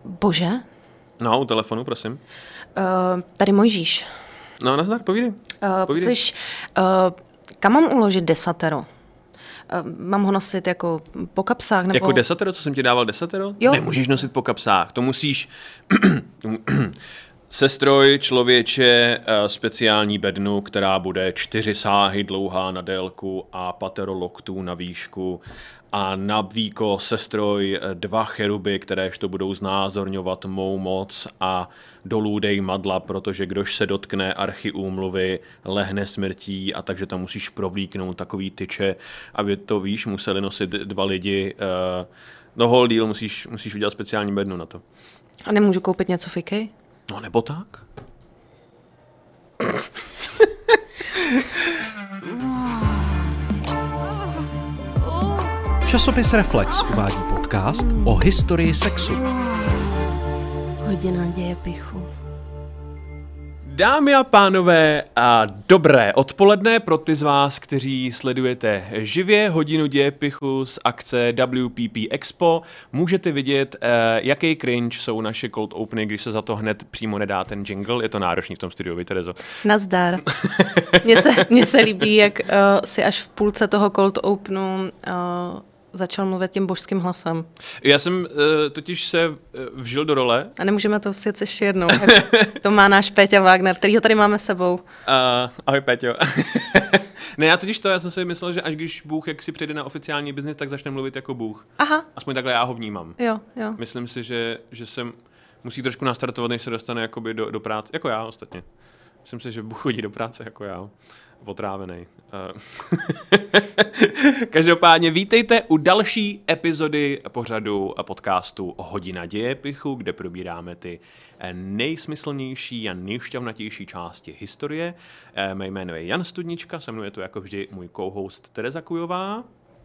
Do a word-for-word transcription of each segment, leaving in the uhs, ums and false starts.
Bože? No, u telefonu, prosím. Uh, tady Mojžíš. No, nazdar, povídej. Uh, povídej. Poslyš, uh, kam mám uložit desatero? Uh, mám ho nosit jako po kapsách? Nebo... Jako desatero? Co jsem ti dával desatero? Jo. Nemůžeš nosit po kapsách. To musíš... Sestroj, člověče, speciální bednu, která bude čtyři sáhy dlouhá na délku a patero loktů na výšku. A na víko sestroj dva cheruby, kteréž to budou znázorňovat mou moc a dolů dej madla, protože kdož se dotkne archy úmluvy, lehne smrtí a takže tam musíš provlíknout takový tyče, aby to, víš, museli nosit dva lidi. No whole deal, musíš, musíš udělat speciální bednu na to. A nemůžu koupit něco v IKEA? No nebo tak. Časopis Reflex uvádí podcast o historii sexu. Hodina dějepichu. Dámy a pánové, a dobré odpoledne pro ty z vás, kteří sledujete živě hodinu dějepichu z akce W P P Expo. Můžete vidět, jaký cringe jsou naše cold openy, když se za to hned přímo nedá ten jingle. Je to náročný v tom studiu, vy, Terezo. Nazdar. Mně se, mně se líbí, jak uh, si až v půlce toho cold openu uh, začal mluvit tím božským hlasem. Já jsem uh, totiž se vžil do role. A nemůžeme to sjet ještě jednou. To má náš Péťa Wagner, kterýho tady máme sebou. Uh, ahoj, Péťo. Ne, já totiž to, já jsem si myslel, že až když Bůh jak si přijde na oficiální biznis, tak začne mluvit jako Bůh. Aha. Aspoň takhle já ho vnímám. Jo, jo. Myslím si, že, že se musí trošku nastartovat, než se dostane jakoby do, do práce. Jako já ostatně. Myslím si, že Bůh chodí do práce jako já. Otrávenej. Každopádně vítejte u další epizody pořadu a podcastu Hodina dějepichu, kde probíráme ty nejsmyslnější a nejšťavnatější části historie. Mé jméno je Jan Studnička, se mnou je tu jako vždy můj co-host Tereza Kujová.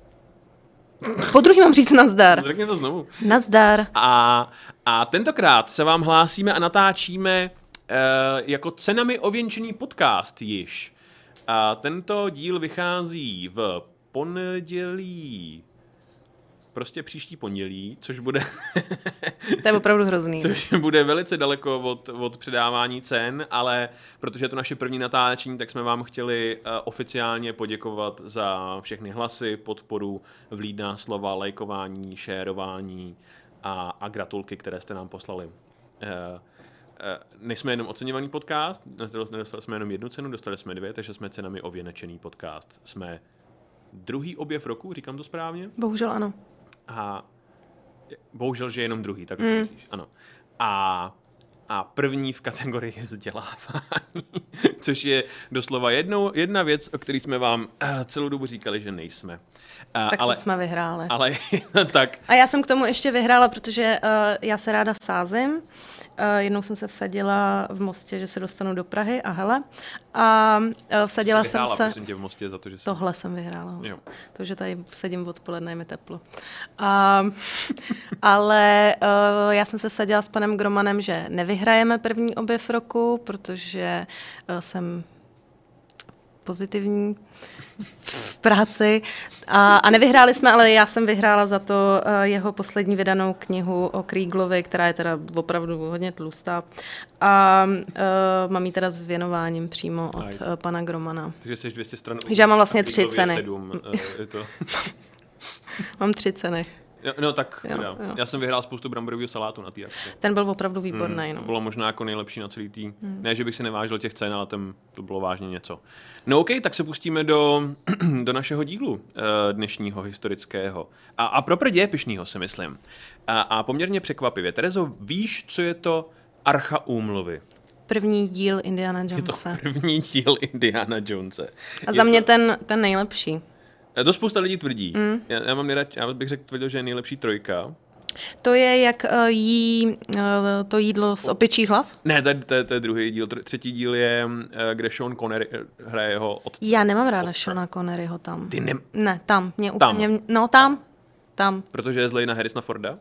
Po druhý mám říct nazdar. Řekni to znovu. Nazdar. A, a tentokrát se vám hlásíme a natáčíme uh, jako cenami ověnčený podcast již. A tento díl vychází v pondělí, prostě příští pondělí, což bude... To je opravdu hrozný. Což bude velice daleko od, od předávání cen, ale protože je to naše první natáčení, tak jsme vám chtěli uh, oficiálně poděkovat za všechny hlasy, podporu, vlídná slova, lajkování, šérování a, a gratulky, které jste nám poslali. Uh, Nejsme jenom oceňovaný podcast, nedostali jsme jenom jednu cenu, dostali jsme dvě, takže jsme cenami ověnečený podcast. Jsme druhý objev roku, říkám to správně? Bohužel ano. A bohužel, že jenom druhý, tak mm. to myslíš, ano. A, a první v kategorii vzdělávání, což je doslova jednou, jedna věc, o které jsme vám celou dobu říkali, že nejsme. Tak ale, to jsme vyhráli. Ale tak. A já jsem k tomu ještě vyhrála, protože uh, já se ráda sázím. Uh, jednou jsem se vsadila v Mostě, že se dostanu do Prahy a hele. A uh, vsadila vyhrála, jsem se... prosím tě, v Mostě za to, že jsem... Tohle jsem vyhrála. Jo. To, že tady sedím odpoledne, je mi teplo. Uh, ale uh, já jsem se vsadila s panem Gromanem, že nevyhrajeme první objev roku, protože uh, jsem pozitivní v práci. A, a nevyhráli jsme, ale já jsem vyhrála za to uh, jeho poslední vydanou knihu o Krieglovi, která je teda opravdu hodně tlustá. A uh, mám ji teda s věnováním přímo od nice. uh, pana Gromana. Takže jsi dvě stě stran. Že já mám vlastně tři ceny. sedm, uh, je to... Mám tři ceny. No tak, jo, jo. Jo. Já jsem vyhrál spoustu bramborového salátu na té akci. Ten byl opravdu výborný. Hmm, no. To bylo možná jako nejlepší na celý tý. Hmm. Ne, že bych si nevážil těch cen, ale ten, to bylo vážně něco. No okej, okay, tak se pustíme do, do našeho dílu uh, dnešního historického. A, a pro dějepišného si myslím. A, a poměrně překvapivě. Terezo, víš, co je to Archa úmluvy? První díl Indiana Jonese. Je to první díl Indiana Jonese. A je za mě to... ten, ten nejlepší. To spousta lidí tvrdí. Mm. Já, já, mám nejrad, já bych řekl, tvrdil, že je nejlepší trojka. To je, jak uh, jí uh, to jídlo z opičích hlav? Ne, to je, to, je, to je druhý díl. Třetí díl je, uh, kde Sean Connery hraje jeho otce. Já nemám ráda Seana Conneryho tam. Ty ne... Ne, tam. Mě tam. úplně... No, tam. Tam. Protože je zlej na Harrisona Forda?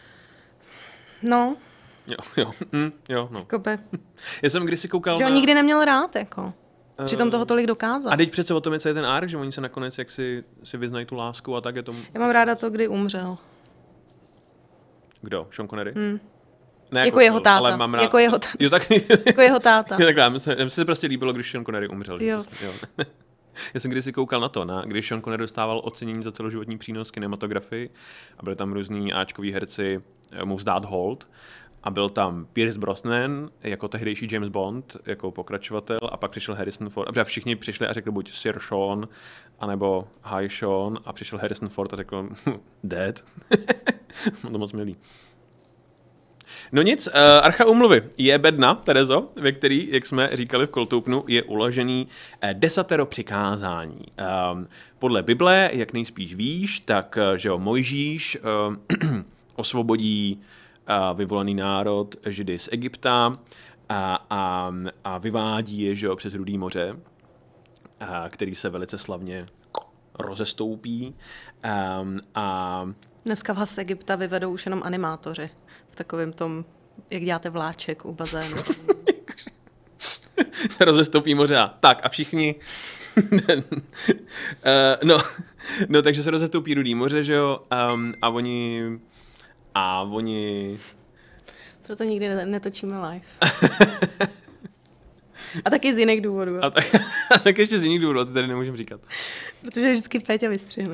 No. Jo, jo. Mm, jo, no. Jakoby. Já jsem kdysi koukal že na... ho nikdy neměl rád, jako. Přitom toho tolik dokázal. A teď přece o tom je celý ten ark, že oni se nakonec jak si, si vyznají tu lásku a tak je tomu... Já mám ráda to, kdy umřel. Kdo? Sean Connery? Hmm. Ne jako, jako jeho film, táta. Ale mám rád... Jako jeho táta. Jo, tak... jako jeho táta. Jo, takhle, mně se prostě líbilo, když Sean Connery umřel. Jo. jo. Já jsem kdysi koukal na to, na, když Sean Connery dostával ocenění za celoživotní přínos kinematografii a byli tam různí áčkoví herci mu vzdát hold a byl tam Pierce Brosnan jako tehdejší James Bond, jako pokračovatel a pak přišel Harrison Ford a všichni přišli a řekli buď Sir Sean, anebo Hi Sean a přišel Harrison Ford a řekl Dead. To moc milý. No nic, uh, Archa úmluvy je bedna, Terezo, ve který, jak jsme říkali v Koltoupnu, je uložený uh, desatero přikázání. Um, podle Bible, jak nejspíš víš, tak uh, že jo, Mojžíš uh, osvobodí uh, vyvolený národ Židy z Egypta a, a, a vyvádí je, že jo, přes Rudý moře, uh, který se velice slavně rozestoupí. Um, a Dneska vás z Egypta vyvedou už jenom animátoři. V takovém tom, jak děláte vláček u bazénu. Se rozestoupí moře. Tak a všichni... uh, no, no, takže se rozestoupí Rudý moře, že jo? Um, a oni... A oni... Proto nikdy netočíme live. A taky z jiných důvodů. A tak, a tak ještě z jiných důvodů, a ty tady nemůžem říkat. Protože vždycky Péťa vystřihne.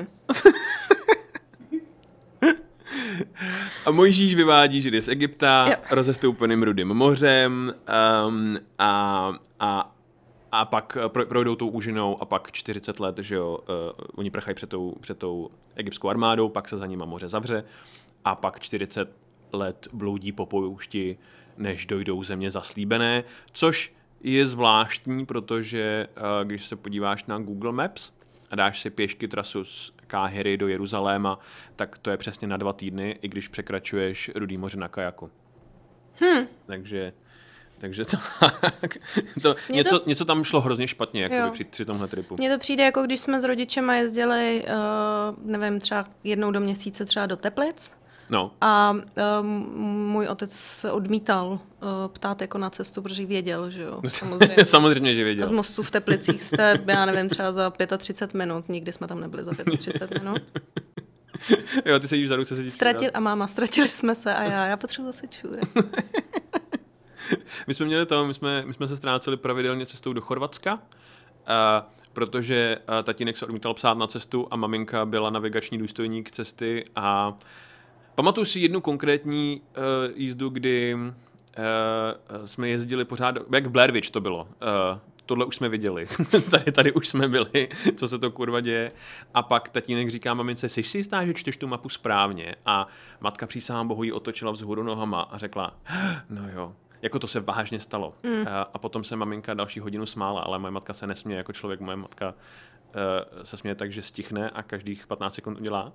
A Mojžíš vyvádí Židy z Egypta jo. rozestoupeným Rudým mořem um, a, a, a pak pro, projdou tou úžinou a pak čtyřicet let, že jo, uh, oni prchají před tou, před tou egyptskou armádou, pak se za nima moře zavře a pak čtyřicet let bloudí po poušti, než dojdou země zaslíbené, což je zvláštní, protože uh, když se podíváš na Google Maps a dáš si pěšky trasu z Káhiry do Jeruzaléma, tak to je přesně na dva týdny, i když překračuješ Rudý moře na kajaku. Hmm. Takže, takže to, to, něco, to něco tam šlo hrozně špatně jako při, při tomhle tripu. Mně to přijde, jako když jsme s rodičema jezdili, uh, nevím, třeba jednou do měsíce třeba do Teplic. No. A uh, můj otec se odmítal uh, ptát jako na cestu, protože věděl, že jo. Samozřejmě. Samozřejmě, že věděl. A z mostu v Teplicích jste, já nevím, třeba za třicet pět minut. Nikdy jsme tam nebyli za třicet pět minut. Jo, ty sedíš vzadu, chce sedíš Ztratil, a máma, ztratili jsme se a já, já potřebuji zase čůry. My jsme měli to, my jsme, my jsme se ztráceli pravidelně cestou do Chorvatska, uh, protože uh, tatínek se odmítal psát na cestu a maminka byla navigační důstojník cesty a pamatuju si jednu konkrétní uh, jízdu, kdy uh, jsme jezdili pořád, jak v Blair Witch to bylo. Uh, tohle už jsme viděli. tady, tady už jsme byli, co se to kurva děje. A pak tatínek říká mamince, jsi si jistá, že čteš tu mapu správně? A matka přísahám bohu ji otočila vzhůru nohama a řekla, no jo, jako to se vážně stalo. Mm. Uh, a potom se maminka další hodinu smála, ale moje matka se nesměje jako člověk. Moje matka uh, se směje tak, že stichne a každých patnáct sekund udělá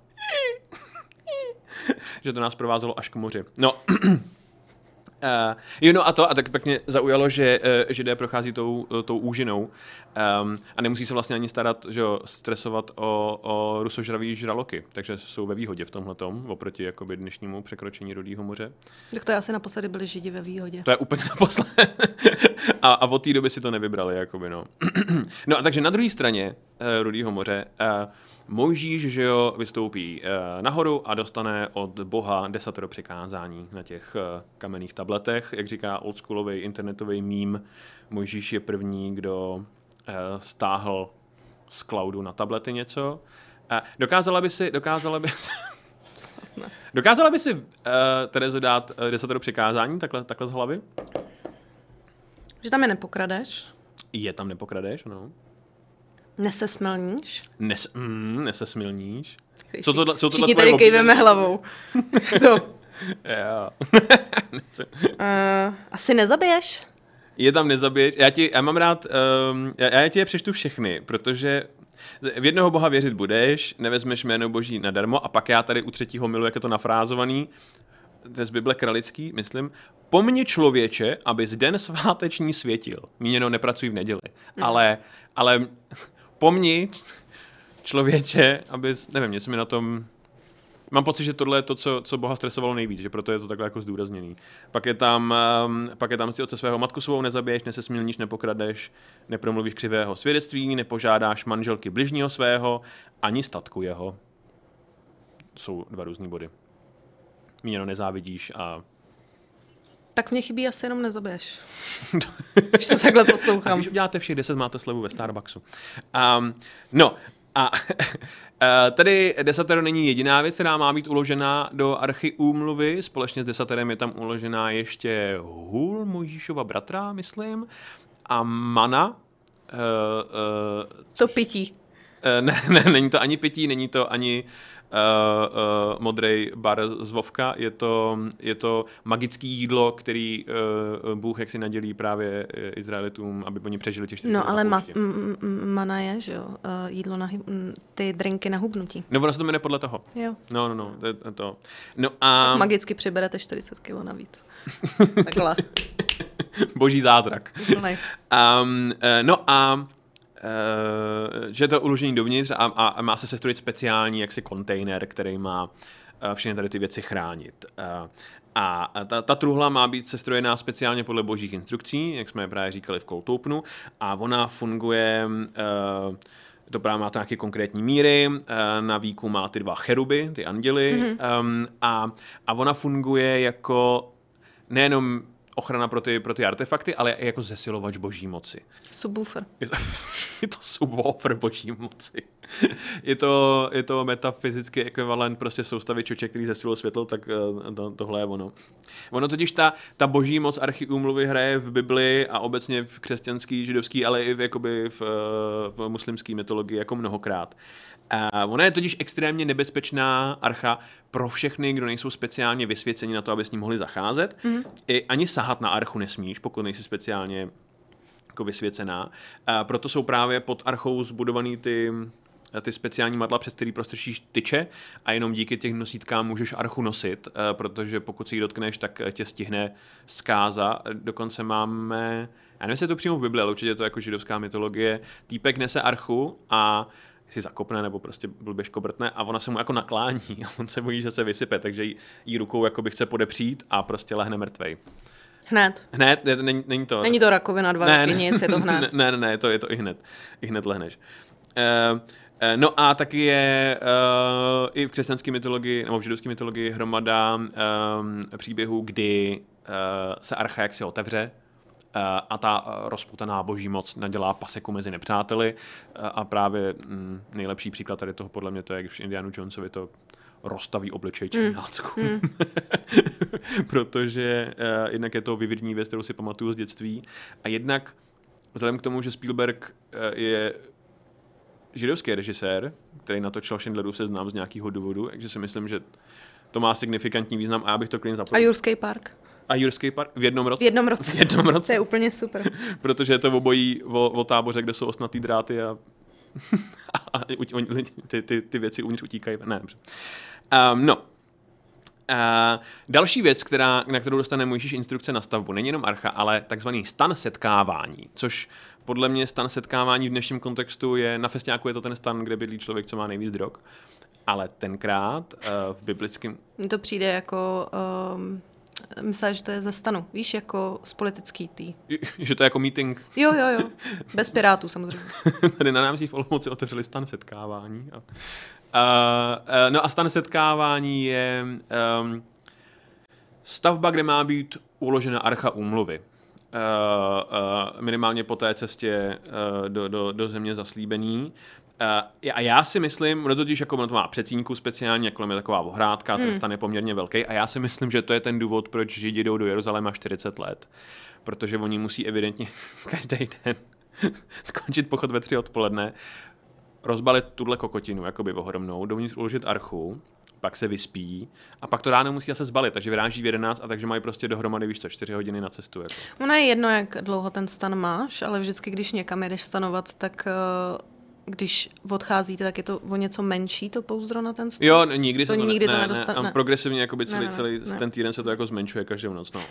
že to nás provázelo až k moři. No, uh, jo, no a to, a tak pak mě zaujalo, že uh, Židé prochází tou, tou úžinou um, a nemusí se vlastně ani starat, že jo, stresovat o, o rusožravý žraloky, takže jsou ve výhodě v tomhletom, oproti jakoby dnešnímu překročení Rudýho moře. Tak to je asi naposledy byli Židi ve výhodě. To je úplně naposled. a, a od té doby si to nevybrali, jakoby, no. No a takže na druhé straně uh, Rudýho moře uh, Mojžíš, že jo, vystoupí uh, nahoru a dostane od Boha desatero přikázání na těch uh, kamenných tabletech. Jak říká oldschoolový internetový meme, Mojžíš je první, kdo uh, stáhl z cloudu na tablety něco. Uh, dokázala by si, dokázala by si, dokázala by si uh, Terezo dát uh, desatero přikázání takhle, takhle z hlavy? Že tam je nepokradeš. Je tam nepokradeš, no. Nesesmelníš. Nes, mm, nesesmilníš. Co to, co to Všichni tady kejveme hlavou. to. Jo. uh, asi nezabiješ? Je tam nezabiješ. Já, ti, já mám rád, um, já, já ti je přečtu všechny, protože v jednoho Boha věřit budeš, nevezmeš jméno Boží nadarmo a pak já tady u třetího milu, jak je to nafrázovaný, to je z Bible Kralický, myslím, pomni člověče, abys den sváteční světil. Míněno nepracuj v neděli. Mm. Ale, ale pomni člověče, abys, nevím, něco mi na tom... Mám pocit, že tohle je to, co, co Boha stresovalo nejvíc, že proto je to takhle jako zdůrazněný. Pak je tam, um, pak je tam si otce svého matku svou nezabiješ, nesesmilníš, nepokradeš, nepromluvíš křivého svědectví, nepožádáš manželky bližního svého, ani statku jeho. Jsou dva různý body. Míněno nezávidíš a Tak mě chybí asi jenom nezabiješ. Když to takhle poslouchám. A když uděláte všech deset, máte slevu ve Starbucksu. Um, no, a tady desatero není jediná věc, která má být uložena do archy úmluvy. Společně s desaterem je tam uložená ještě hůl Mojžíšova bratra, myslím, a mana. Uh, uh, to pití. Uh, ne, ne, není to ani pití, není to ani uh, uh, modrej bar z Vovka, je to, je to magické jídlo, který uh, Bůh jaksi nadělí právě Izraelitům, aby oni přežili těch čtyřicet let. No ale ma, m, m, mana je, že jo, uh, jídlo na hyb, ty drinky na hubnutí. No ono se to jmenuje podle toho. Jo. No, no, no, to, to. No a... Tak magicky přiberete čtyřicet kilo navíc. Takhle. Boží zázrak. No, um, no a Uh, že je to uložení dovnitř a, a, a má se sestrojit speciální jaksi kontejner, který má uh, všechny tady ty věci chránit. Uh, a ta, ta truhla má být sestrojená speciálně podle božích instrukcí, jak jsme právě říkali v Cold Openu, a ona funguje, uh, to právě má to nějaké konkrétní míry, uh, na víku má ty dva cheruby, ty anděly, mm-hmm. um, a, a ona funguje jako nejenom ochrana pro ty, pro ty artefakty, ale i jako zesilovač boží moci. Subwoofer. Je to, je to subwoofer boží moci. Je to, je to metafyzický ekvivalent prostě soustavy čoček, který zesiluje světlo, tak to, tohle je ono. Ono totiž ta, ta boží moc archy úmluvy hraje v Bibli a obecně v křesťanský, židovský, ale i v, jakoby v, v muslimské mytologii jako mnohokrát. Uh, ona je totiž extrémně nebezpečná archa pro všechny, kdo nejsou speciálně vysvěceni na to, aby s ní mohli zacházet. Mm. I ani sahat na archu nesmíš, pokud nejsi speciálně jako vysvěcená. Uh, proto jsou právě pod archou zbudovaný ty, ty speciální madla, přes který prostrčíš tyče a jenom díky těch nosítkám můžeš archu nosit, uh, protože pokud si ji dotkneš, tak tě stihne zkáza. Dokonce máme, já nevím, jestli je to přímo v Bibli, ale určitě je to jako židovská mytologie. Týpek nese archu a si zakopne nebo prostě blbě škobrtne a ona se mu jako naklání a on se bojí, že se vysype, takže jí, jí rukou jakoby chce podepřít a prostě lehne mrtvej. Hned. Hned, ne, není, není to. Není to rakovina, dva ne, roky, nic, je to hned. Ne, ne, ne, je to, je to i hned. I hned lehneš. Uh, uh, no a taky je uh, i v křesťanské mytologii, nebo v židovské mytologii hromada um, příběhů, kdy uh, se archa jaksi otevře a ta rozputaná boží moc nadělá paseku mezi nepřáteli a právě nejlepší příklad tady toho podle mě to je, když v Indianu Jonesovi to rozstaví obličej černácku. Mm. Protože uh, jednak je to vividní věc, kterou si pamatuju z dětství a jednak vzhledem k tomu, že Spielberg uh, je židovský režisér, který natočil Schindlerův seznam z nějakého důvodu, takže si myslím, že to má signifikantní význam a já bych to klidně zapomněl. A Jurský park? A Jurský park v jednom roce? V jednom roce. V jednom roce. To je úplně super. Protože je to obojí o, o táboře, kde jsou osnatý dráty a, a ty, ty, ty věci uvnitř utíkají. Ne, dobře. Um, no. Uh, další věc, která, na kterou dostane Mojžíš instrukce na stavbu, není jenom archa, ale takzvaný stan setkávání, což podle mě stan setkávání v dnešním kontextu je, na festňáku je to ten stan, kde bydlí člověk, co má nejvíc drog, ale tenkrát uh, v biblickém... To přijde jako... Um... Myslím, že to je ze stanu. Víš, jako z politický tý. Že to je jako meeting. Jo, jo, jo. Bez pirátů samozřejmě. Tady na námestí v Olomouci otevřeli stan setkávání. Uh, uh, uh, no a stan setkávání je um, stavba, kde má být uložena archa úmluvy. Uh, uh, minimálně po té cestě uh, do, do, do země zaslíbený. Uh, a já si myslím, ono totiž jako ono to má přecínku speciálně, kolem je taková ohrádka, ten hmm. stan je poměrně velký a já si myslím, že to je ten důvod, proč Židi jdou do Jeruzaléma čtyřicet let, protože oni musí evidentně každý den skončit pochod ve tři odpoledne, rozbalit tuhle kokotinu, jakoby ohromnou, dovnitř uložit archu, pak se vyspí a pak to ráno musí zase zbalit, takže vyráží v jedenáct a takže mají prostě dohromady, víš co, čtyři hodiny na cestu. Jako. Ono je jedno, jak dlouho ten stan máš, ale vždycky, když někam jdeš stanovat, tak... Uh... Když odcházíte, tak je to o něco menší, to pouzdro na ten stan? Jo, nikdy to, se to, nikdy ne, to ne, nedostane. Ne, progresivně jakoby celý, ne, ne, celý ne. ten týden se to jako zmenšuje každou noc. No.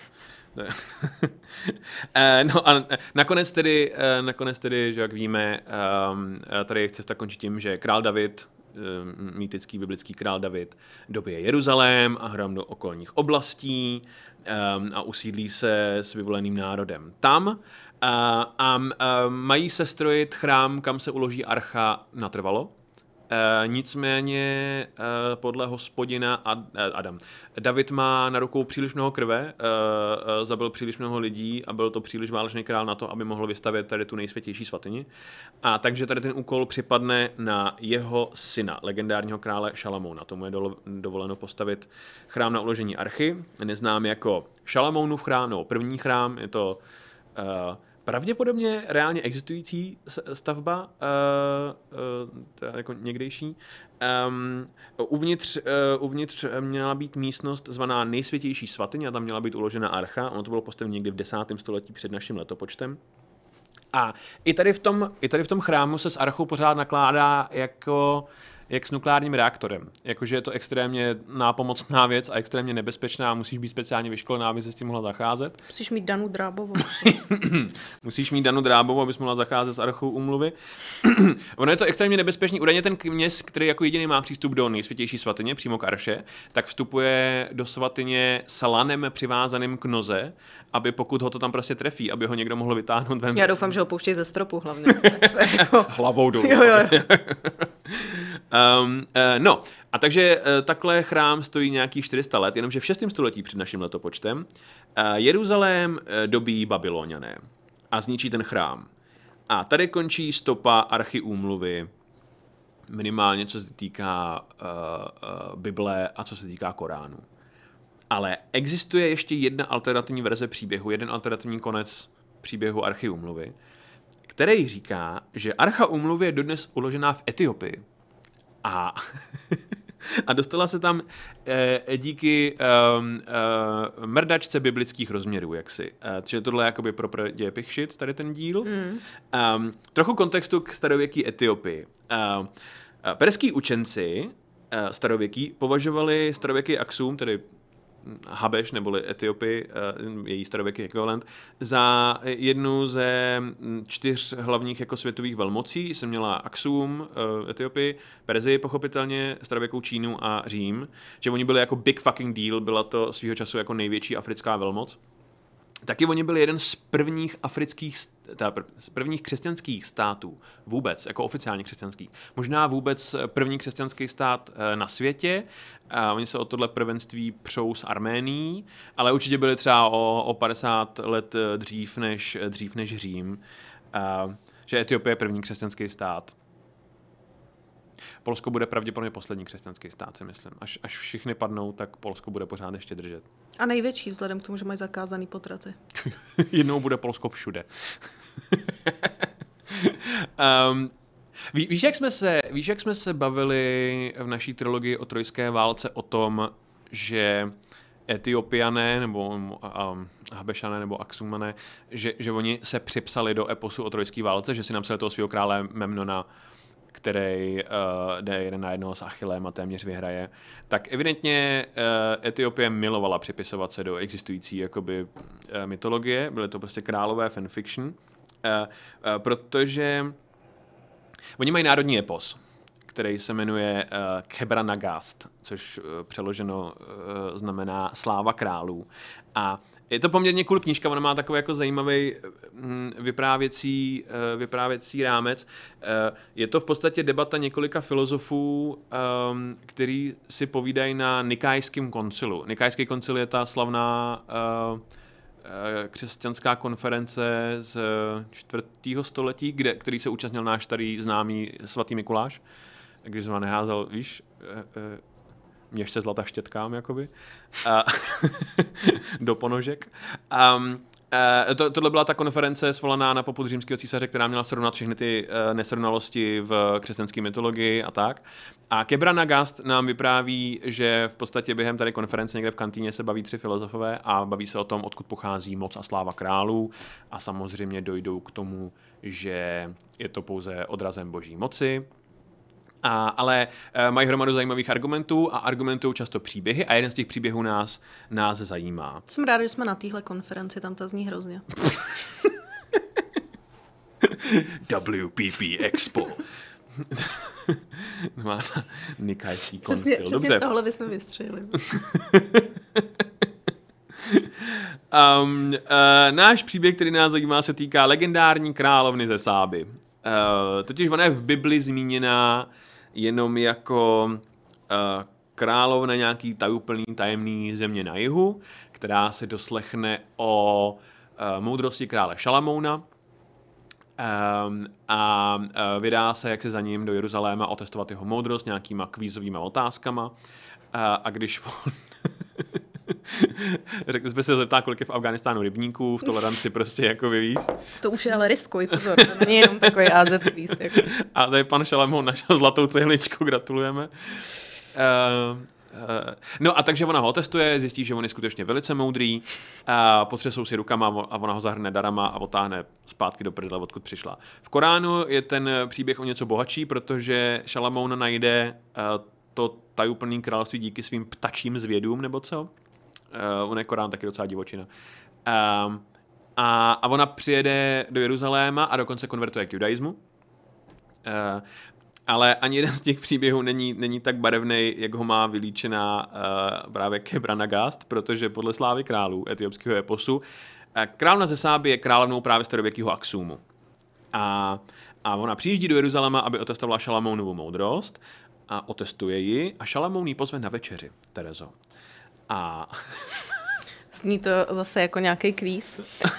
e, no a nakonec tedy, nakonec tedy, že jak víme, tady cesta končí tím, že král David, mýtický biblický král David, dobije Jeruzalém a hrom do okolních oblastí a usídlí se s vyvoleným národem tam. A, a, a mají se strojit chrám, kam se uloží archa natrvalo. nicméně uh, podle Hospodina Ad, uh, Adam, David má na rukou příliš mnoho krve, uh, uh, zabil příliš mnoho lidí a byl to příliš válečný král na to, aby mohl vystavět tady tu nejsvětější svatyni. A takže tady ten úkol připadne na jeho syna, legendárního krále Šalamouna. Tomu je do, dovoleno postavit chrám na uložení archy, neznám jako Šalamounův chrám, nebo první chrám, je to uh, pravděpodobně reálně existující stavba, uh, uh, jako někdejší. Um, uvnitř, uh, uvnitř měla být místnost zvaná nejsvětější svatyně a tam měla být uložena archa. Ono to bylo postaveno někdy v desátém století před naším letopočtem. A i tady v tom, i tady v tom chrámu se s archou pořád nakládá jako jak s nukleárním reaktorem. Jakože je to extrémně nápomocná věc a extrémně nebezpečná a musíš být speciálně vyškolená, aby se s tím mohla zacházet. Musíš mít Danu Drábovou. Musíš mít Danu Drábovou, abys mohla zacházet s archou úmluvy. Ono je to extrémně nebezpečný. Údajně ten kněz, který jako jediný má přístup do nejsvětější svatyně, přímo k arše, tak vstupuje do svatyně salanem přivázaným k noze, aby pokud ho to tam prostě trefí, aby ho někdo mohl vytáhnout ven. Já doufám, že ho pouštějí ze stropu hlavně. jako... Hlavou dolů. Jo, jo, jo. um, uh, no, a takže uh, takhle chrám stojí nějakých čtyři sta let, jenomže v šestém století před naším letopočtem uh, Jeruzalém uh, dobíjí Babyloniané a zničí ten chrám. A tady končí stopa archy úmluvy, minimálně co se týká uh, uh, Bible a co se týká Koránu. Ale existuje ještě jedna alternativní verze příběhu, jeden alternativní konec příběhu archy úmluvy, který říká, že archa úmluvy je dodnes uložená v Etiopii. A, a dostala se tam eh, díky um, uh, mrdačce biblických rozměrů, jaksi. Uh, takže tohle je jakoby pro dějepich shit, tady ten díl. Mm. Um, trochu kontextu k starověký Etiopii. Uh, uh, perský učenci uh, starověký považovali starověký Aksum, tedy Habeš neboli Etiopii, její starověký ekvivalent, za jednu ze čtyř hlavních jako světových velmocí. Jsem měla Aksum, Etiopii, Perzii pochopitelně, starověkou Čínu a Řím, že oni byli jako big fucking deal, byla to svýho času jako největší africká velmoc. Taky oni byli jeden z prvních afrických, teda z prvních křesťanských států vůbec, jako oficiálně křesťanských. Možná vůbec první křesťanský stát na světě. A oni se o tohle prvenství přou s Arménií, ale určitě byli třeba o, o padesát let dřív než, dřív než Řím. A, že Etiopie je první křesťanský stát. Polsko bude pravděpodobně poslední křesťanský stát, si myslím. Až, až všichni padnou, tak Polsko bude pořád ještě držet. A největší, vzhledem k tomu, že mají zakázaný potraty. Jednou bude Polsko všude. um, ví, víš, jak jsme se, víš, jak jsme se bavili v naší trilogii o trojské válce o tom, že Etiopiané nebo um, Habešané nebo Aksumané, že, že oni se připsali do eposu o trojské válce, že si napsali toho svého krále Memnona, který uh, jde jeden na jednoho s Achillem a téměř vyhraje, tak evidentně uh, Etiopie milovala připisovat se do existující jakoby, uh, mytologie, byly to prostě králové fanfiction, uh, uh, protože oni mají národní epos, který se jmenuje uh, Khebra Nagast, což uh, přeloženo uh, znamená Sláva králů. A je to poměrně cool knížka, ona má takový jako zajímavý vyprávěcí, vyprávěcí rámec. Je to v podstatě debata několika filozofů, který si povídají na Nikajském koncilu. Nikajský koncil je ta slavná křesťanská konference z čtvrtého století, kde, který se účastnil náš starý známý svatý Mikuláš, když jsem ho neházel, víš, měšce zlata štětkám, jakoby, a, do ponožek. Um, uh, to, tohle byla ta konference svolaná na popud římského císaře, která měla srovnat všechny ty uh, nesrovnalosti v křesťanské mytologii a tak. A Khebra Nagast nám vypráví, že v podstatě během tady konference někde v kantýně se baví tři filozofové a baví se o tom, odkud pochází moc a sláva králů a samozřejmě dojdou k tomu, že je to pouze odrazem boží moci. A, ale e, mají hromadu zajímavých argumentů a argumentují často příběhy a jeden z těch příběhů nás, nás zajímá. Jsem ráda, že jsme na téhle konferenci, tam to zní hrozně. W P P Expo. Má Nikajský koncil. Přesně, přesně dobře. Tohle bychom vystřelili. um, uh, náš příběh, který nás zajímá, se týká legendární královny ze Sáby. Uh, totiž ona je v Bibli zmíněná jenom jako uh, královna nějaký tajuplný tajemný země na jihu, která se doslechne o uh, moudrosti krále Šalamouna um, a uh, vydá se jak se za ním do Jeruzaléma otestovat jeho moudrost nějakýma kvízovýma otázkama. Uh, a když on řekl jsme se zeptá, kolik je v Afghánistánu rybníků, v toleranci prostě jako vyvíš. To už je ale riskuj, pozor, to není jenom takový á zet kvíz. Jako. A tady pan Šalamoun našel zlatou cihličku, gratulujeme. Uh, uh, no a takže ona ho otestuje, zjistí, že on je skutečně velice moudrý, uh, potřesou si rukama a ona ho zahrne darama a otáhne zpátky do prdele, odkud přišla. V Koránu je ten příběh o něco bohatší, protože Šalamoun najde uh, to tajuplný království díky svým ptačím zvědům, nebo co? Uh, on je Korán taky docela divočina. Uh, a, a ona přijede do Jeruzaléma a dokonce konvertuje k judaismu. Uh, ale ani jeden z těch příběhů není, není tak barevný, jak ho má vylíčená uh, právě Kebra Nagast, protože podle slávy králů etiopského eposu uh, královna ze Sáby je královnou právě starověkého Aksumu. A, a ona přijíždí do Jeruzaléma, aby otestovala Šalamounovu moudrost a otestuje ji a Šalamoun ji pozve na večeři, Terezo. A... Zní to zase jako nějaký kvíz.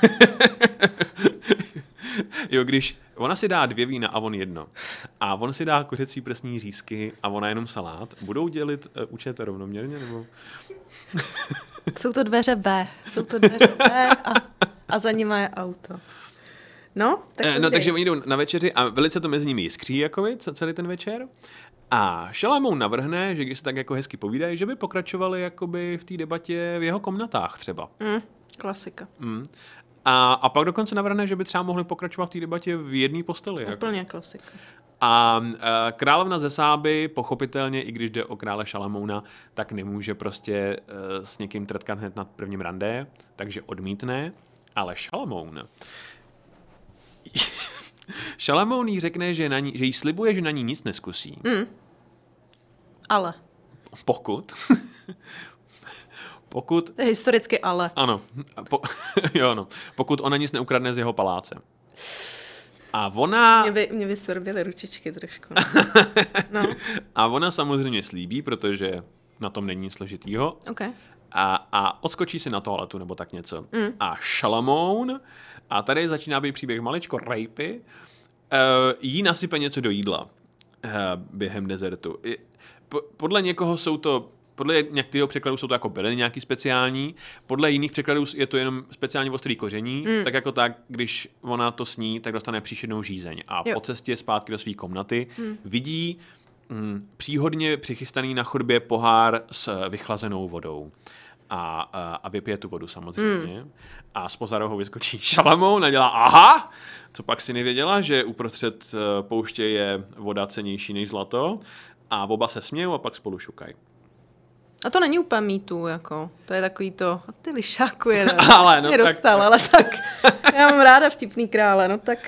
Jo, když ona si dá dvě vína a on jedno. A on si dá kuřecí prsní řízky a ona jenom salát. Budou dělit uh, účet rovnoměrně, nebo? Jsou to dveře B. Jsou to dveře B a, a za nima je auto. No, tak eh, no, takže oni jdou na večeři a velice to mezi nimi jiskří, jakoby, celý ten večer. A Šalamoun navrhne, že když se tak jako hezky povídají, že by pokračovali jakoby v té debatě v jeho komnatách třeba. Mm, klasika. Mm. A, a pak dokonce navrhne, že by třeba mohli pokračovat v té debatě v jedné posteli. Úplně jako. klasika. A, a královna ze Sáby, pochopitelně, i když jde o krále Šalamouna, tak nemůže prostě uh, s někým trtkat hned na prvním randé, takže odmítne, ale Šalamoun... Šalamoun jí řekne, že, na ní, že jí slibuje, že na ní nic neskusí. Mm. Ale. Pokud... Pokud... To je historicky ale. Ano. Po, jo, no. Pokud ona nic neukradne z jeho paláce. A ona... Mě by, mě by sorbily ručičky trošku. No. A ona samozřejmě slíbí, protože na tom není nic složitýho. Okay. A, a odskočí si na toaletu nebo tak něco. Mm. A Šalamoun, a tady začíná být příběh maličko rejpy, uh, jí nasype něco do jídla uh, během dezertu. I, po, podle někoho jsou to, podle některého překladů jsou to jako byliny nějaký speciální, podle jiných překladů je to jenom speciálně ostrý koření, mm. tak jako tak, když ona to sní, tak dostane příšernou žízeň. A jo. Po cestě zpátky do své komnaty mm. vidí mm, příhodně přichystaný na chodbě pohár s vychlazenou vodou. A, a, a vypije tu vodu samozřejmě. Mm. A zpoza rohu vyskočí Šalamoun a dělá aha! Co pak si nevěděla, že uprostřed pouště je voda cennější než zlato. A oba se smějou a pak spolu šukají. A to není úplně mýtu, jako. To je takový to, a ty lišáku je, no, ale, no, mě tak... dostal, ale tak. Já mám ráda vtipný krále, no tak...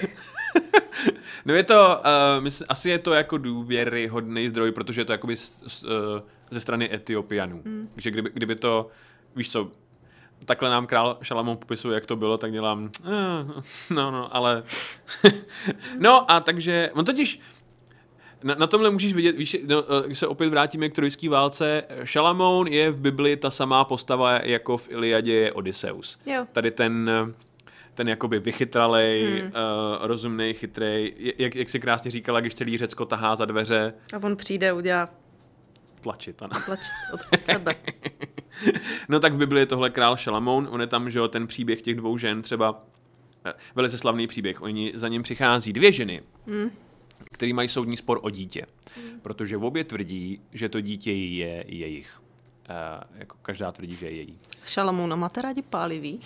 No je to, uh, mysl, asi je to jako důvěryhodný zdroj, protože je to jakoby z, z, uh, ze strany Etiopianů. Mm. Takže kdyby, kdyby to, víš co, takhle nám král Šalamoun popisuje, jak to bylo, tak dělám, uh, no, no, ale... no a takže, on totiž, na, na tomhle můžeš vidět, víš, no, když se opět vrátíme k trojské válce, Šalamoun je v Bibli ta samá postava, jako v Iliadě je Odysseus. Jo. Tady ten... ten jakoby vychytralej, hmm. uh, rozumnej, chytrej, jak, jak si krásně říkala, když celý Řecko tahá za dveře. A on přijde, udělá... Tlačit, ano. Tlačit od, od sebe. No tak v Bibli je tohle král Šalamoun, on je tam, že jo, ten příběh těch dvou žen, třeba uh, velice slavný příběh, oni za ním přichází dvě ženy, hmm. které mají soudní spor o dítě, hmm. protože v obě tvrdí, že to dítě je jejich. Uh, jako každá tvrdí, že je její. Šalamouna, máte rádi pálivý?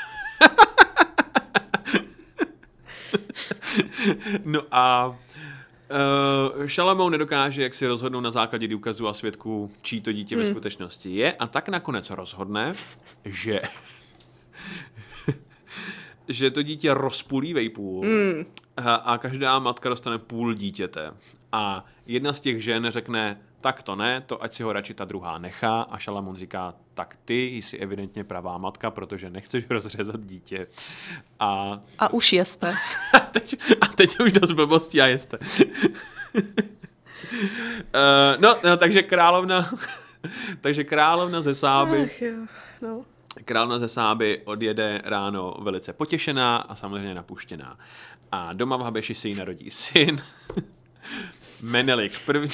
No a uh, Šalamoun nedokáže, jak si rozhodnout na základě důkazů a svědků, čí to dítě hmm. ve skutečnosti je, a tak nakonec rozhodne, že že to dítě rozpůlí vejpůl hmm. a, a každá matka dostane půl dítěte. A jedna z těch žen řekne, tak to ne, to ať si ho radši ta druhá nechá, a Šalamoun říká, tak ty jsi evidentně pravá matka, protože nechceš rozřezat dítě. A, a už jeste. a, teď, a teď už dost blbostí a jeste. no, no, takže královna, takže královna ze Sáby, Ach jo, no. královna ze Sáby odjede ráno velice potěšená a samozřejmě napuštěná. A doma v Habeši si jí narodí syn, Menelik první.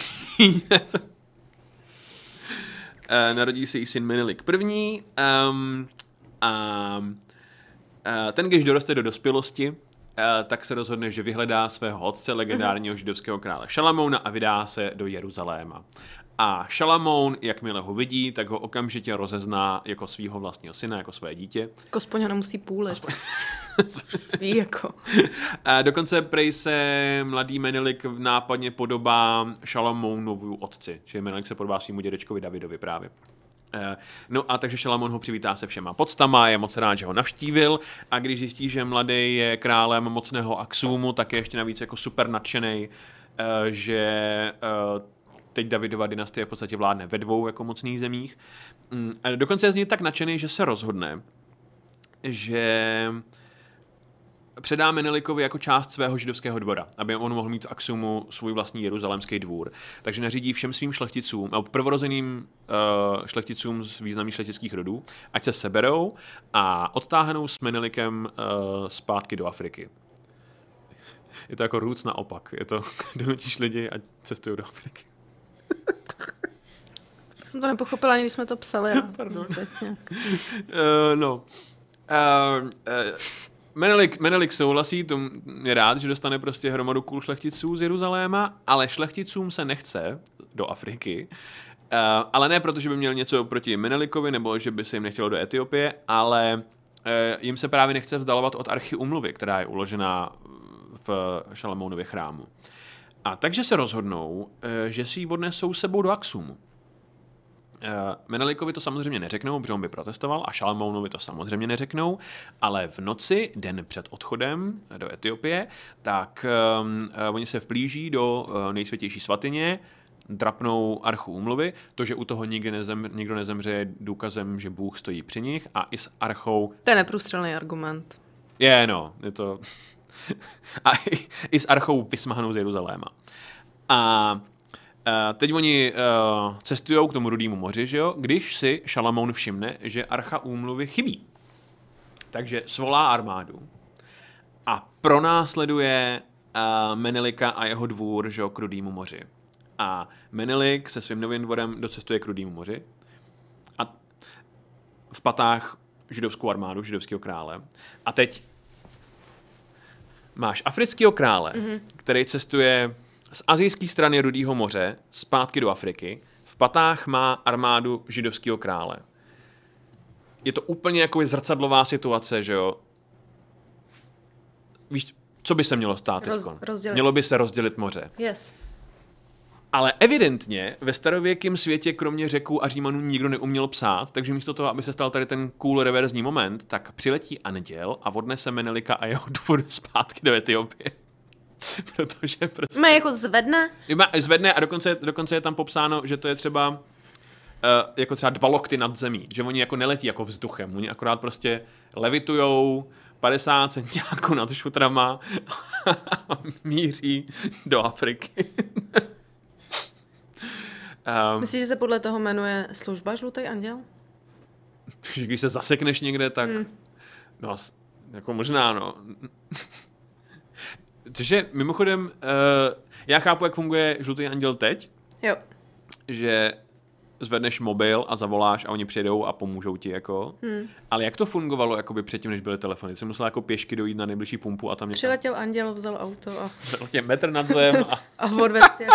Narodí se jí syn Menelik první. Um, a uh, ten, když doroste do dospělosti, uh, tak se rozhodne, že vyhledá svého otce, legendárního židovského krále Šalamouna a vydá se do Jeruzaléma. A Šalamoun, jakmile ho vidí, tak ho okamžitě rozezná jako svého vlastního syna, jako své dítě. Jako aspoň ho nemusí půlit. Aspoň... Ví jako. A dokonce prej se mladý Menelik nápadně podobá Šalamounovu otci. Čili Menelik se podobá svýmu dědečkovi Davidovi právě. No a takže Šalamoun ho přivítá se všema poctama, je moc rád, že ho navštívil a když zjistí, že mladý je králem mocného Aksumu, tak je ještě navíc jako super nadšenej, že teď Davidova dynastie v podstatě vládne ve dvou jako mocných zemích. A dokonce je z něj tak nadšený, že se rozhodne, že předá Menelikovi jako část svého židovského dvora, aby on mohl mít v Aksumu svůj vlastní jeruzalémský dvůr. Takže nařídí všem svým šlechticům, nebo prvorozeným uh, šlechticům z významných šlechtických rodů, ať se seberou a odtáhnou s Menelikem uh, zpátky do Afriky. Je to jako růc naopak. Je to, donutíš lidi, ať cestují do Afriky. Jsem to nepochopila, ani když jsme to psali. A... Pardon. uh, no. Uh, uh, Menelik, Menelik souhlasí, to je rád, že dostane prostě hromadu cool šlechticů z Jeruzaléma, ale šlechticům se nechce do Afriky, uh, ale ne proto, že by měl něco proti Menelikovi, nebo že by se jim nechtělo do Etiopie, ale uh, jim se právě nechce vzdalovat od archy úmluvy, která je uložená v Šalamounově chrámu. A takže se rozhodnou, uh, že si ji odnesou sebou do Aksumu. Uh, Menelikovi to samozřejmě neřeknou, protože on by protestoval a Šalamounovi to samozřejmě neřeknou, ale v noci, den před odchodem do Etiopie, tak um, uh, oni se vplíží do uh, nejsvětější svatyně, drapnou archu úmluvy, to, že u toho nikdy nezem, nikdo nezemře, je důkazem, že Bůh stojí při nich a i s archou... To je neprůstřelný argument. Je, no, je to... a i, i s archou vysmahanou z Jeruzaléma. A Uh, teď oni uh, cestují k tomu Rudému moři, že jo, když si Šalamoun všimne, že archa úmluvy chybí. Takže svolá armádu a pronásleduje uh, Menelika a jeho dvůr, že jo, k Rudému moři. A Menelik se svým novým dvorem docestuje k Rudému moři a v patách židovskou armádu, židovského krále. A teď máš afrického krále, mm-hmm. který cestuje z asijské strany Rudého moře zpátky do Afriky, v patách má armádu židovského krále. Je to úplně jako zrcadlová situace, že jo? Víš, co by se mělo stát Roz, teďkon? rozdělit. Mělo by se rozdělit moře. Yes. Ale evidentně ve starověkém světě kromě Řeků a Římanů nikdo neuměl psát, takže místo toho, aby se stal tady ten cool reverzní moment, tak přiletí anděl a odnese Menelika a jeho dvůr zpátky do Etiopie. Protože prostě... Má jako zvedne? Zvedne a dokonce, dokonce je tam popsáno, že to je třeba uh, jako třeba dva lokty nad zemí, že oni jako neletí jako vzduchem, oni akorát prostě levitujou padesát centiáků nad šutrama a míří do Afriky. um, Myslíš, že se podle toho jmenuje služba Žlutý anděl? Že když se zasekneš někde, tak hmm. no, jako možná, no. Takže mimochodem, uh, já chápu, jak funguje Žlutý anděl teď. Jo. Že zvedneš mobil a zavoláš a oni přijedou a pomůžou ti, jako. Hmm. Ale jak to fungovalo, jakoby předtím, než byly telefony? Jsi musel jako pěšky dojít na nejbližší pumpu a tam... Někam... Přiletěl anděl, vzal auto a... Vzal tě metr nad zem a... a odvez tě.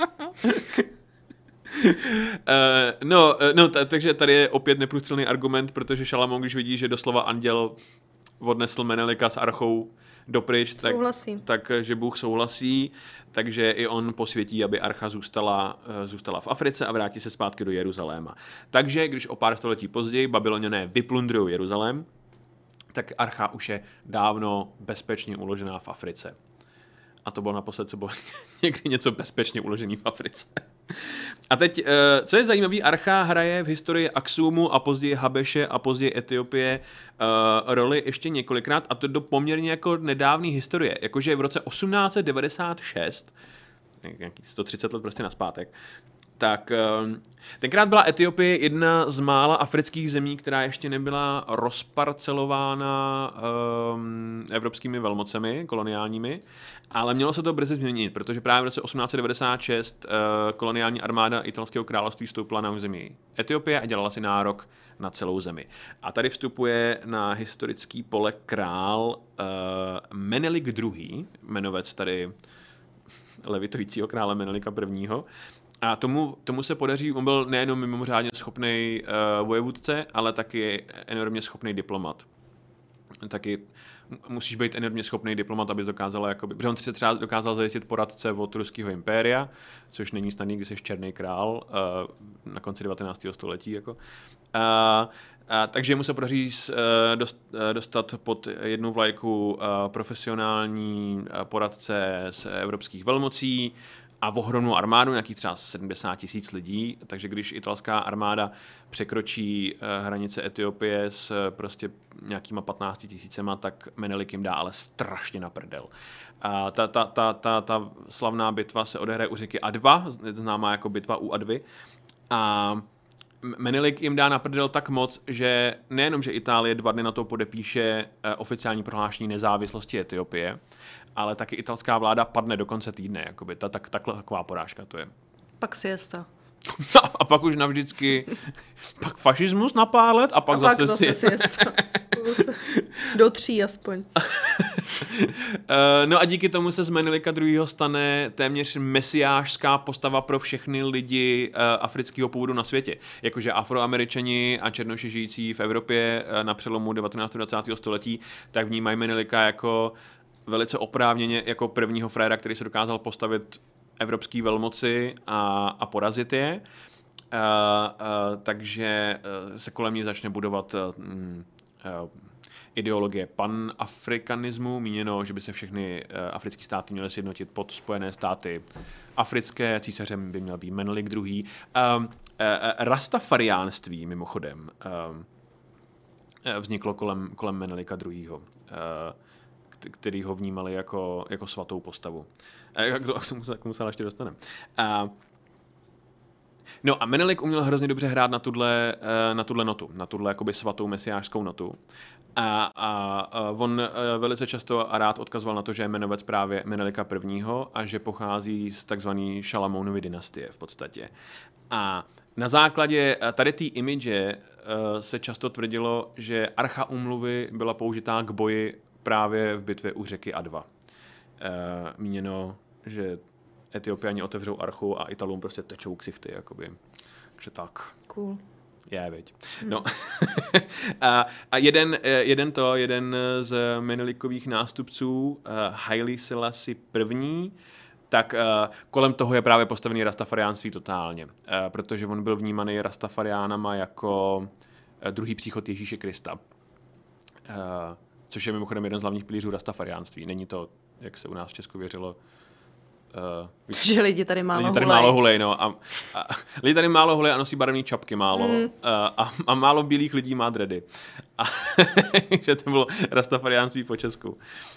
Uh, no, uh, no t- takže tady je opět neprůstřelný argument, protože Šalamoun, když vidí, že doslova anděl odnesl Menelika s archou dopryč, tak, tak že Bůh souhlasí, takže i on posvětí, aby archa zůstala, zůstala v Africe a vrátí se zpátky do Jeruzaléma. Takže když o pár století později Babyloniané vyplundrují Jeruzalém, tak archa už je dávno bezpečně uložená v Africe. A to bylo naposled, co bylo někdy něco bezpečně uložený v Africe. A teď, co je zajímavé, archa hraje v historii Aksumu a později Habeše a později Etiopie uh, roli ještě několikrát a to do poměrně jako nedávné historie. Jakože v roce osmnáct set devadesát šest nějaký sto třicet let prostě naspátek, tak tenkrát byla Etiopie jedna z mála afrických zemí, která ještě nebyla rozparcelována um, evropskými velmocemi koloniálními, ale mělo se to brzy změnit, protože právě v roce osmnáct set devadesát šest uh, koloniální armáda italského království vstoupila na území Etiopie a dělala si nárok na celou zemi. A tady vstupuje na historický pole král uh, Menelik druhý., jmenovec tady levitujícího krále Menelika prvního. A tomu, tomu se podaří, on byl nejenom mimořádně schopný uh, vojevůdce, ale taky enormně schopný diplomat. Taky musíš být enormně schopný diplomat, abys dokázal, jakoby, protože on se třeba dokázal zajistit poradce od ruského impéria, což není snadný, když jsi černý král uh, na konci devatenáctého století. Jako. Uh, uh, takže mu se podaří uh, dost, uh, dostat pod jednu vlajku uh, profesionální uh, poradce z evropských velmocí, a v ohromnou armádu, nějakých třeba sedmdesát tisíc lidí, takže když italská armáda překročí uh, hranice Etiopie s prostě nějakýma patnácti tisícema, tak Menelik jim dá ale strašně na prdel. Uh, ta, ta, ta, ta, ta slavná bitva se odehraje u řeky Adva, známá jako bitva u Advy, a Menelik jim dá na prdel tak moc, že nejenom, že Itálie dva dny na to podepíše uh, oficiální prohlášení nezávislosti Etiopie, ale taky italská vláda padne do konce týdne, jakoby. Ta, tak, takhle taková porážka to je. Pak siesta. A pak už navždycky, pak fašismus na pár let a pak, a zase, pak zase siesta. Do tří aspoň. No a díky tomu se z Menelika druhého. stane téměř mesiášská postava pro všechny lidi afrického původu na světě. Jakože Afroameričani a černoši žijící v Evropě na přelomu devatenáctého a dvacátého století, tak vnímají Menelika jako velice oprávněně jako prvního fréra, který se dokázal postavit evropský velmoci a, a porazit je. Uh, uh, takže uh, se kolem ní začne budovat uh, uh, ideologie panafrikanismu, míněno, že by se všechny uh, africké státy měly sjednotit pod Spojené státy africké, císařem by měl být Menelik druhý. Uh, uh, Rastafariánství, mimochodem, uh, vzniklo kolem, kolem Menelika druhého. Uh, který ho vnímali jako, jako svatou postavu. A k tomu, k tomu se ještě dostaneme. A, no a Menelik uměl hrozně dobře hrát na tuhle, na tuhle notu, na tuhle jakoby svatou mesiářskou notu. A, a, a on velice často a rád odkazoval na to, že je jmenovec právě Menelika prvního. a že pochází z takzvané Šalamounovy dynastie v podstatě. A na základě tady té image se často tvrdilo, že archa úmluvy byla použitá k boji právě v bitvě u řeky Adva. E, míněno, že Etiopiani otevřou archu a Italům prostě tečou ksichty, jakoby. Takže tak. Cool. Je, viď. Hmm. No. a, a jeden, jeden to, jeden z Menelikových nástupců, uh, Haile Selassie první, tak uh, kolem toho je právě postavený rastafariánství totálně. Uh, protože on byl vnímaný rastafariánama jako uh, druhý příchod Ježíše Krista. Uh, což je mimochodem jeden z hlavních pilířů rastafariánství. Není to, jak se u nás v Česku věřilo, Uh, že lidi tady málo lidi tady hulej. málo hulej, no. A, a, lidi tady málo hulej a nosí barevné čapky málo. Mm. A, a, a málo bílých lidí má dready. A že to bylo rastafariánství po Česku. Uh,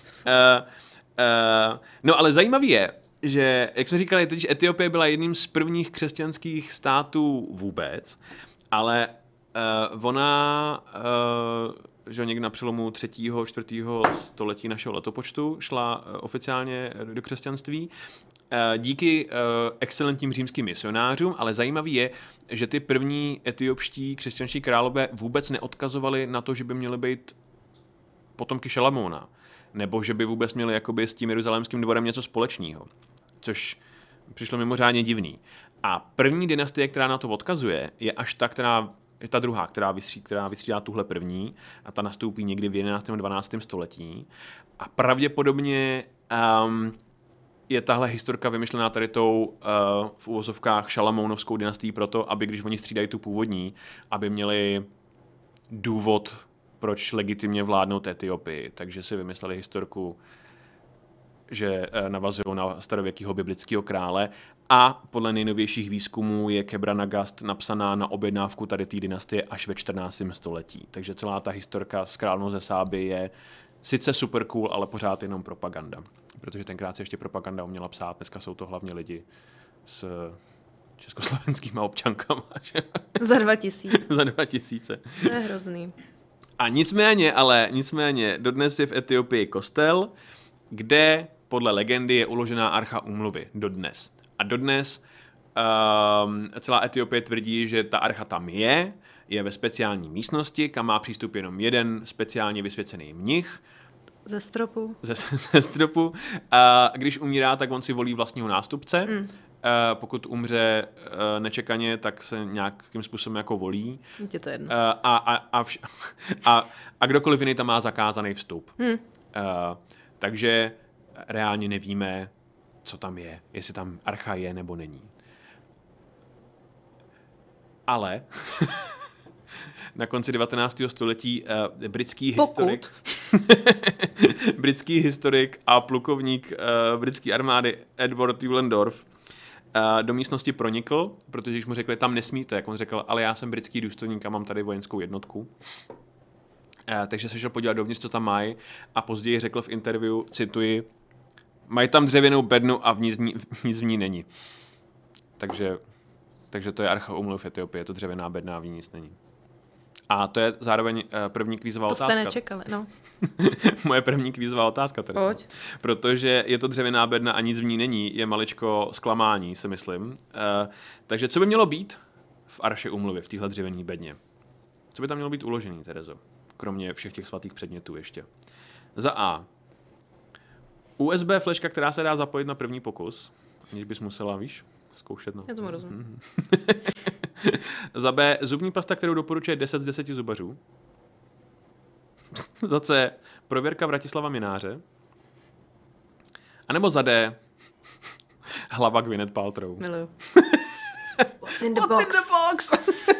uh, no ale zajímavý je, že, jak jsme říkali, teď Etiopie byla jedním z prvních křesťanských států vůbec, ale uh, ona... Uh, že někdy na přelomu třetího, čtvrtého století našeho letopočtu šla oficiálně do křesťanství díky excelentním římským misionářům, ale zajímavý je, že ty první etiopští křesťanští králové vůbec neodkazovali na to, že by měli být potomky Šalamouna, nebo že by vůbec měli jakoby s tím jeruzalémským dvorem něco společného, což přišlo mimořádně divný. A první dynastie, která na to odkazuje, je až ta, která ta druhá, která, vystří, která vystřídá tuhle první a ta nastoupí někdy v jedenáctém a dvanáctém století. A pravděpodobně um, je tahle historka vymyšlená tady tou uh, v uvozovkách Šalamounovskou dynastií proto, aby když oni střídají tu původní, aby měli důvod, proč legitimně vládnout Etiopii. Takže si vymysleli historku, že uh, navazují na starověkého biblického krále. A podle nejnovějších výzkumů je Kebra Nagast napsaná na objednávku tady té dynastie až ve čtrnáctém století. Takže celá ta historka s královnou ze Sáby je sice super cool, ale pořád jenom propaganda. Protože tenkrát se ještě propaganda uměla psát, dneska jsou to hlavně lidi s československýma občankama. Že? Za dva tisíce. Za dva tisíce. To je hrozný. A nicméně, ale nicméně, dodnes je v Etiopii kostel, kde podle legendy je uložená archa úmluvy. Dodnes. A dodnes um, celá Etiopie tvrdí, že ta archa tam je, je ve speciální místnosti, kam má přístup jenom jeden speciálně vysvěcený mnich. Ze stropu. Ze, ze stropu. A když umírá, tak on si volí vlastního nástupce. Mm. Uh, pokud umře uh, nečekaně, tak se nějakým způsobem jako volí. Je to jedno. Uh, a, a, a, vš- a, a kdokoliv jiný tam má zakázaný vstup. Hmm. Uh, takže reálně nevíme, co tam je. Jestli tam archa je nebo není. Ale na konci devatenáctého století uh, britský Pokud. historik britský historik a plukovník uh, britské armády Edward Ullendorf Uh, do místnosti pronikl, protože když mu řekli, tam nesmíte, jak on řekl, ale já jsem britský důstojník a mám tady vojenskou jednotku. Uh, takže se šel podívat dovnitř, co tam mají a později řekl v interview, cituji, mají tam dřevěnou bednu a v ní, nic v ní není. Takže, takže to je archa úmluv v Etiopii, je to dřevěná bedna a v ní nic není. A to je zároveň uh, první kvízová to otázka. To jste nečekali, no. Moje první kvízová otázka tedy. Pojď. Protože je to dřevěná bedna a nic v ní není, je maličko zklamání, si myslím. Uh, takže co by mělo být v arše úmluvy, v téhle dřevěné bedně? Co by tam mělo být uložený, Terezo? Kromě všech těch svatých předmětů ještě. Za A. U S B fleška, která se dá zapojit na první pokus, aniž bys musela, víš, zkoušet. No. Já tomu rozumím. Za B. Zubní pasta, kterou doporučuje deset z deseti zubařů. Za C. Prověrka Vratislava Mináře. A nebo za D. Hlava Gwyneth Paltrow. Miluju. What's in the What's box? in the box?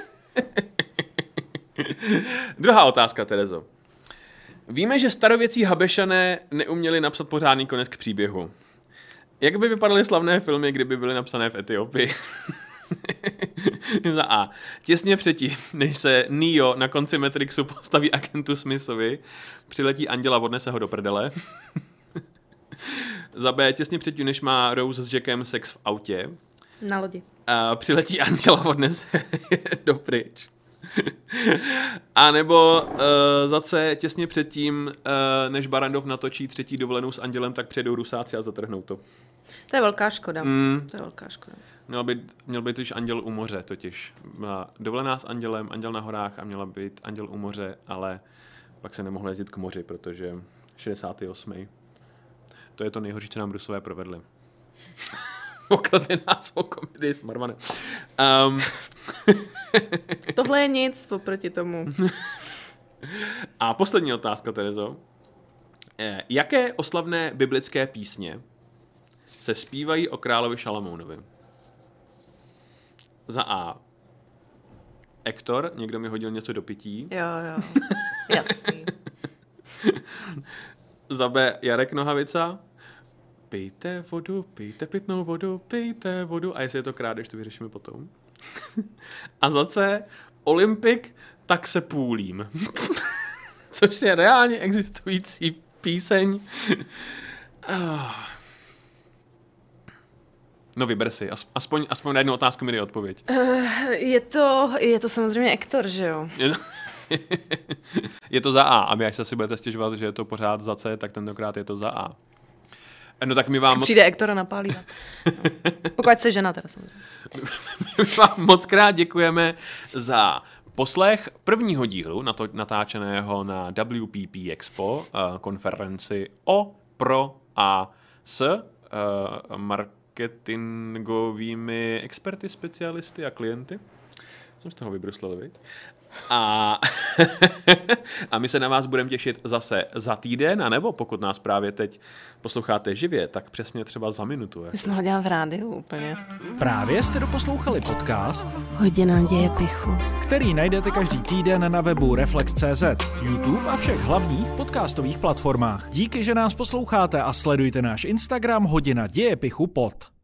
Druhá otázka, Terezo. Víme, že starověcí Habešané neuměli napsat pořádný konec k příběhu. Jak by vypadaly slavné filmy, kdyby byly napsané v Etiopii? Za A. Těsně předtím, než se Neo na konci Matrixu postaví agentu Smithovi, přiletí anděl a odnese ho do prdele. Za B. Těsně předtím, než má Rose s Jackem sex v autě. Na lodi. A přiletí anděl a odnese do pryč. A nebo uh, za C. Těsně předtím, uh, než Barandov natočí třetí dovolenou s andělem, tak přijedou Rusáci a zatrhnou to. To je velká škoda. Mm. To je velká škoda. Měl být, měl být totiž anděl u moře, totiž. Byla dovolená s andělem, anděl na horách a měla být anděl u moře, ale pak se nemohlo jezdit k moři, protože šedesátý osmý To je to nejhorší, co nám Rusové provedli. Okradli nás o komedii s Marvanem. Um. Tohle je nic oproti tomu. A poslední otázka, Terezo. Jaké oslavné biblické písně se zpívají o královi Šalamounovi? Za A. Ektor, někdo mi hodil něco do pití. Jo, jo. Jasný. Za B. Jarek Nohavica. Pijte vodu, pijte pitnou vodu, pijte vodu. A jestli je to krádež, to vyřešíme potom. A za C. Olympik, tak se půlím. Což je reálně existující píseň. No vyber si, aspoň, aspoň na jednu otázku mi dej odpověď. Uh, je to, je to samozřejmě Ektor, že jo? Je to, je to za A. A vy, až se si budete stěžovat, že je to pořád za C, tak tentokrát je to za A. No tak my vám... Moc... Přijde Ektora napálívat. No. Pokud se žena teda samozřejmě. My vám moc krát děkujeme za poslech prvního dílu nato- natáčeného na W P P Expo, uh, konferenci o, pro a s uh, marketingovými experty, specialisty a klienty. Jsem z toho vybruslil, viď? A, a my se na vás budeme těšit zase za týden, anebo pokud nás právě teď posloucháte živě, tak přesně třeba za minutu. My jsme ho dělali v rádiu úplně. Právě jste doposlouchali podcast Hodina dějepichu, který najdete každý týden na webu Reflex tečka cé zet, YouTube a všech hlavních podcastových platformách. Díky, že nás posloucháte a sledujte náš Instagram Hodina dějepichu pod.